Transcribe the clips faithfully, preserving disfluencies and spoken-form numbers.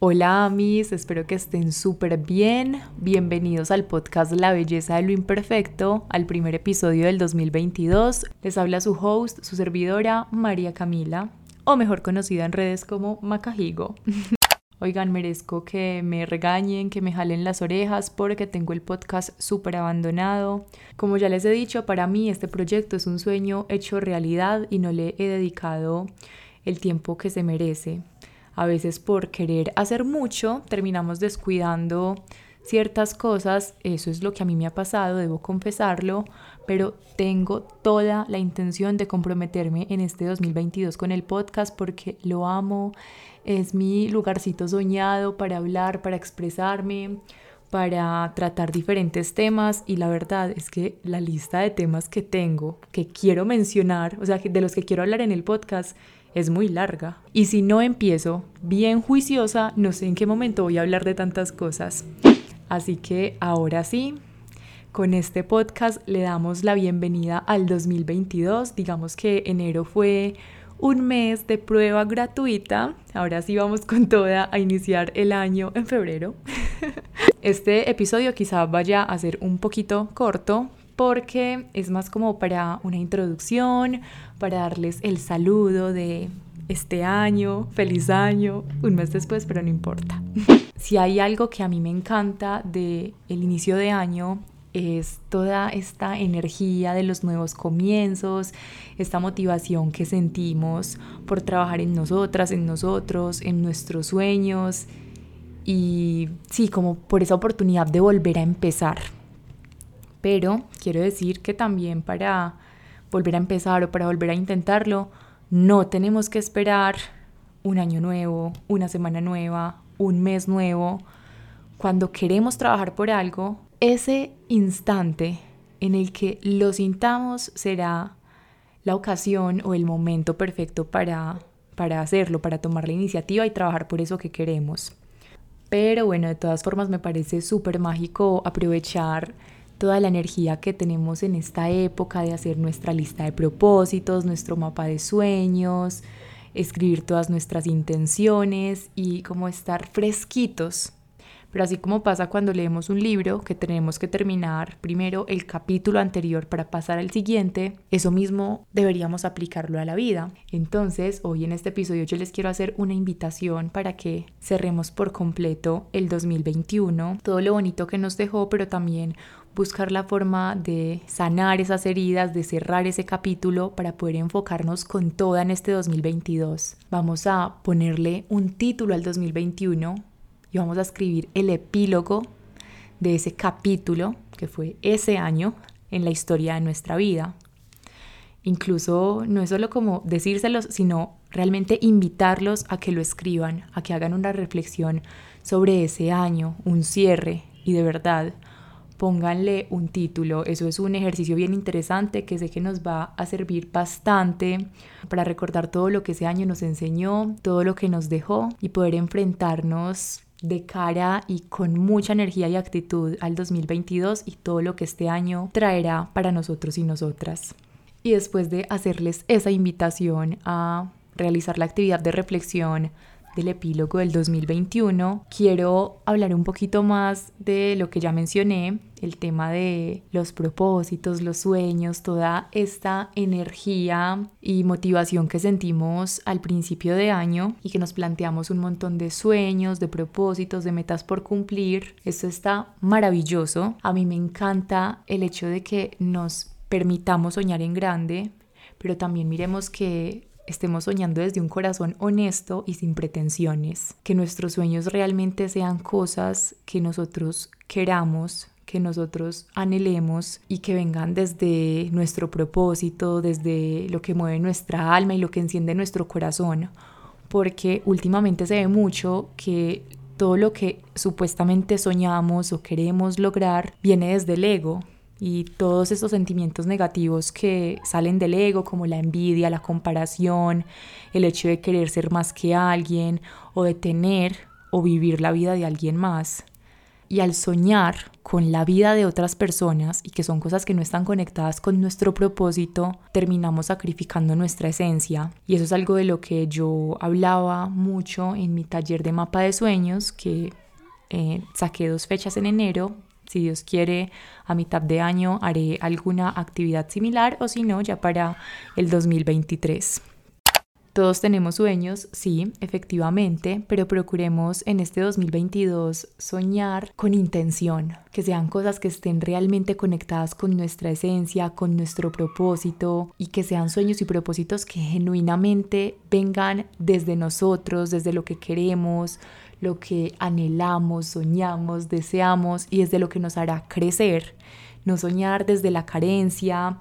Hola amis, espero que estén súper bien. Bienvenidos al podcast La Belleza de lo Imperfecto, al primer episodio del dos mil veintidós. Les habla su host, su servidora María Camila, o mejor conocida en redes como Macajigo. Oigan, merezco que me regañen, que me jalen las orejas porque tengo el podcast súper abandonado. Como ya les he dicho, para mí este proyecto es un sueño hecho realidad y no le he dedicado el tiempo que se merece. A veces por querer hacer mucho terminamos descuidando ciertas cosas, eso es lo que a mí me ha pasado, debo confesarlo, pero tengo toda la intención de comprometerme en este dos mil veintidós con el podcast porque lo amo, es mi lugarcito soñado para hablar, para expresarme, para tratar diferentes temas y la verdad es que la lista de temas que tengo, que quiero mencionar, o sea, de los que quiero hablar en el podcast, es muy larga. Y si no empiezo bien juiciosa, no sé en qué momento voy a hablar de tantas cosas. Así que ahora sí, con este podcast le damos la bienvenida al dos mil veintidós. Digamos que enero fue un mes de prueba gratuita. Ahora sí vamos con toda a iniciar el año en febrero. Este episodio quizá vaya a ser un poquito corto, porque es más como para una introducción, para darles el saludo de este año, feliz año, un mes después, pero no importa. Si hay algo que a mí me encanta del inicio de año es toda esta energía de los nuevos comienzos, esta motivación que sentimos por trabajar en nosotras, en nosotros, en nuestros sueños y sí, como por esa oportunidad de volver a empezar. Pero quiero decir que también para volver a empezar o para volver a intentarlo, no tenemos que esperar un año nuevo, una semana nueva, un mes nuevo. Cuando queremos trabajar por algo, ese instante en el que lo sintamos será la ocasión o el momento perfecto para, para hacerlo, para tomar la iniciativa y trabajar por eso que queremos. Pero bueno, de todas formas me parece súper mágico aprovechar toda la energía que tenemos en esta época de hacer nuestra lista de propósitos, nuestro mapa de sueños, escribir todas nuestras intenciones y como estar fresquitos. Pero así como pasa cuando leemos un libro, que tenemos que terminar primero el capítulo anterior para pasar al siguiente, eso mismo deberíamos aplicarlo a la vida. Entonces, hoy en este episodio yo les quiero hacer una invitación para que cerremos por completo el dos mil veintiuno, todo lo bonito que nos dejó, pero también buscar la forma de sanar esas heridas, de cerrar ese capítulo para poder enfocarnos con toda en este dos mil veintidós. Vamos a ponerle un título al dos mil veintiuno y vamos a escribir el epílogo de ese capítulo que fue ese año en la historia de nuestra vida. Incluso no es solo como decírselos, sino realmente invitarlos a que lo escriban, a que hagan una reflexión sobre ese año, un cierre, y de verdad pónganle un título. Eso es un ejercicio bien interesante que sé que nos va a servir bastante para recordar todo lo que ese año nos enseñó, todo lo que nos dejó y poder enfrentarnos de cara y con mucha energía y actitud al dos mil veintidós y todo lo que este año traerá para nosotros y nosotras. Y después de hacerles esa invitación a realizar la actividad de reflexión del epílogo del dos mil veintiuno, quiero hablar un poquito más de lo que ya mencioné, el tema de los propósitos, los sueños, toda esta energía y motivación que sentimos al principio de año y que nos planteamos un montón de sueños, de propósitos, de metas por cumplir. Esto está maravilloso. A mí me encanta el hecho de que nos permitamos soñar en grande, pero también miremos que estemos soñando desde un corazón honesto y sin pretensiones, que nuestros sueños realmente sean cosas que nosotros queramos, que nosotros anhelemos y que vengan desde nuestro propósito, desde lo que mueve nuestra alma y lo que enciende nuestro corazón, porque últimamente se ve mucho que todo lo que supuestamente soñamos o queremos lograr viene desde el ego. Y todos esos sentimientos negativos que salen del ego, como la envidia, la comparación, el hecho de querer ser más que alguien o de tener o vivir la vida de alguien más. Y al soñar con la vida de otras personas y que son cosas que no están conectadas con nuestro propósito, terminamos sacrificando nuestra esencia. Y eso es algo de lo que yo hablaba mucho en mi taller de mapa de sueños, que eh, saqué dos fechas en enero. Si Dios quiere, a mitad de año haré alguna actividad similar, o si no, ya para el dos mil veintitrés. Todos tenemos sueños, sí, efectivamente, pero procuremos en este dos mil veintidós soñar con intención, que sean cosas que estén realmente conectadas con nuestra esencia, con nuestro propósito, y que sean sueños y propósitos que genuinamente vengan desde nosotros, desde lo que queremos, lo que anhelamos, soñamos, deseamos, y desde lo que nos hará crecer. No soñar desde la carencia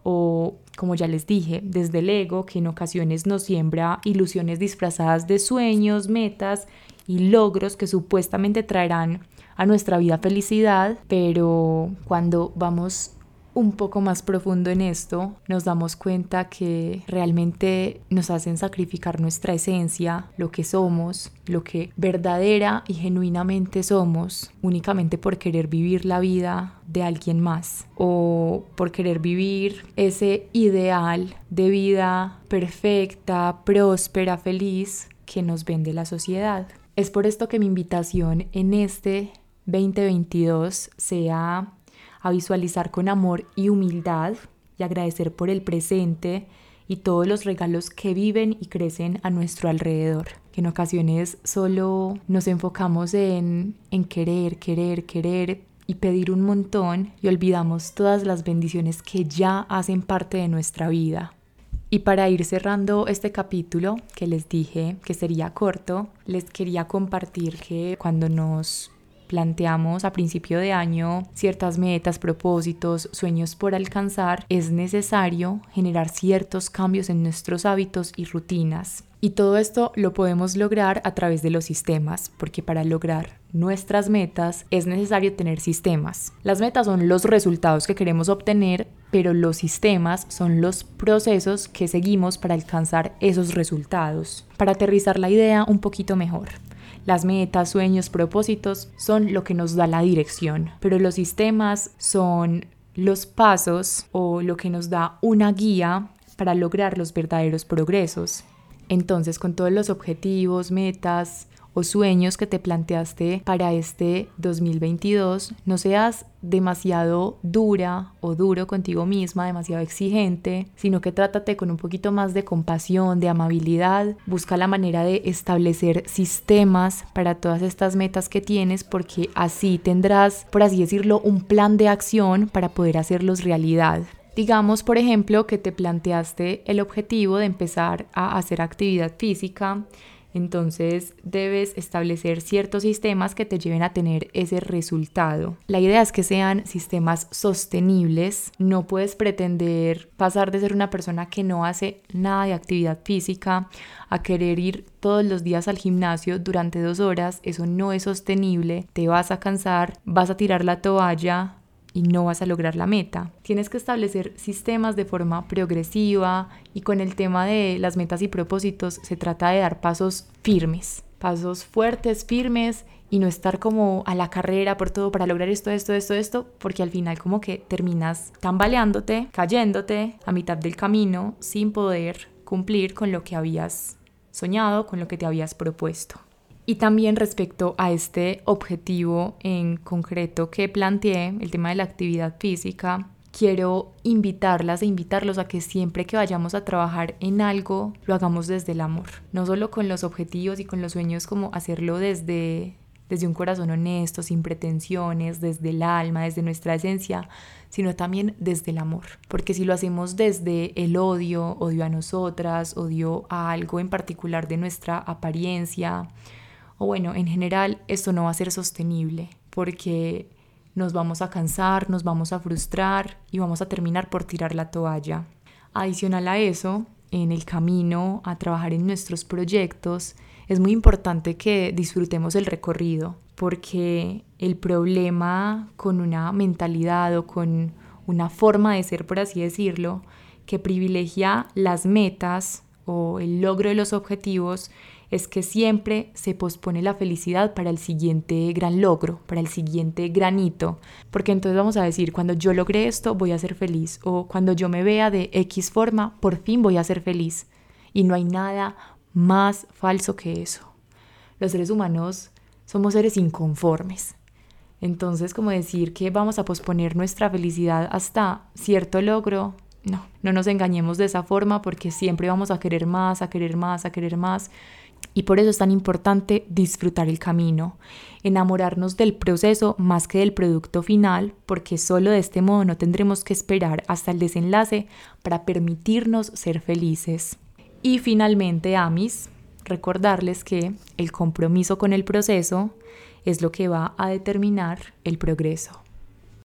o, como ya les dije, desde el ego, que en ocasiones nos siembra ilusiones disfrazadas de sueños, metas y logros que supuestamente traerán a nuestra vida felicidad, pero cuando vamos un poco más profundo en esto, nos damos cuenta que realmente nos hacen sacrificar nuestra esencia, lo que somos, lo que verdadera y genuinamente somos, únicamente por querer vivir la vida de alguien más o por querer vivir ese ideal de vida perfecta, próspera, feliz que nos vende la sociedad. Es por esto que mi invitación en este veinte veintidós sea a visualizar con amor y humildad y agradecer por el presente y todos los regalos que viven y crecen a nuestro alrededor. Que en ocasiones solo nos enfocamos en, en querer, querer, querer y pedir un montón y olvidamos todas las bendiciones que ya hacen parte de nuestra vida. Y para ir cerrando este capítulo, que les dije que sería corto, les quería compartir que cuando nos planteamos a principio de año ciertas metas, propósitos, sueños por alcanzar, es necesario generar ciertos cambios en nuestros hábitos y rutinas. Y todo esto lo podemos lograr a través de los sistemas, porque para lograr nuestras metas es necesario tener sistemas. Las metas son los resultados que queremos obtener, pero los sistemas son los procesos que seguimos para alcanzar esos resultados. Para aterrizar la idea un poquito mejor, las metas, sueños, propósitos son lo que nos da la dirección, pero los sistemas son los pasos o lo que nos da una guía para lograr los verdaderos progresos. Entonces, con todos los objetivos, metas o sueños que te planteaste para este dos mil veintidós, no seas demasiado dura o duro contigo misma, demasiado exigente, sino que trátate con un poquito más de compasión, de amabilidad. Busca la manera de establecer sistemas para todas estas metas que tienes, porque así tendrás, por así decirlo, un plan de acción para poder hacerlos realidad. Digamos, por ejemplo, que te planteaste el objetivo de empezar a hacer actividad física. Entonces debes establecer ciertos sistemas que te lleven a tener ese resultado. La idea es que sean sistemas sostenibles. No puedes pretender pasar de ser una persona que no hace nada de actividad física a querer ir todos los días al gimnasio durante dos horas. Eso no es sostenible. Te vas a cansar, vas a tirar la toalla y no vas a lograr la meta. Tienes que establecer sistemas de forma progresiva, y con el tema de las metas y propósitos se trata de dar pasos firmes, pasos fuertes, firmes, y no estar como a la carrera por todo para lograr esto, esto, esto, esto, porque al final como que terminas tambaleándote, cayéndote a mitad del camino sin poder cumplir con lo que habías soñado, con lo que te habías propuesto. Y también respecto a este objetivo en concreto que planteé, el tema de la actividad física, quiero invitarlas e invitarlos a que siempre que vayamos a trabajar en algo, lo hagamos desde el amor. No solo con los objetivos y con los sueños, como hacerlo desde, desde un corazón honesto, sin pretensiones, desde el alma, desde nuestra esencia, sino también desde el amor. Porque si lo hacemos desde el odio, odio a nosotras, odio a algo en particular de nuestra apariencia, o bueno, en general, esto no va a ser sostenible, porque nos vamos a cansar, nos vamos a frustrar y vamos a terminar por tirar la toalla. Adicional a eso, en el camino a trabajar en nuestros proyectos, es muy importante que disfrutemos el recorrido, porque el problema con una mentalidad o con una forma de ser, por así decirlo, que privilegia las metas o el logro de los objetivos, es que siempre se pospone la felicidad para el siguiente gran logro, para el siguiente gran hito, porque entonces vamos a decir, cuando yo logre esto voy a ser feliz, o cuando yo me vea de X forma, por fin voy a ser feliz. Y no hay nada más falso que eso. Los seres humanos somos seres inconformes. Entonces, como decir que vamos a posponer nuestra felicidad hasta cierto logro, no, no nos engañemos de esa forma, porque siempre vamos a querer más, a querer más, a querer más. Y por eso es tan importante disfrutar el camino, enamorarnos del proceso más que del producto final, porque solo de este modo no tendremos que esperar hasta el desenlace para permitirnos ser felices. Y finalmente, Amis, recordarles que el compromiso con el proceso es lo que va a determinar el progreso.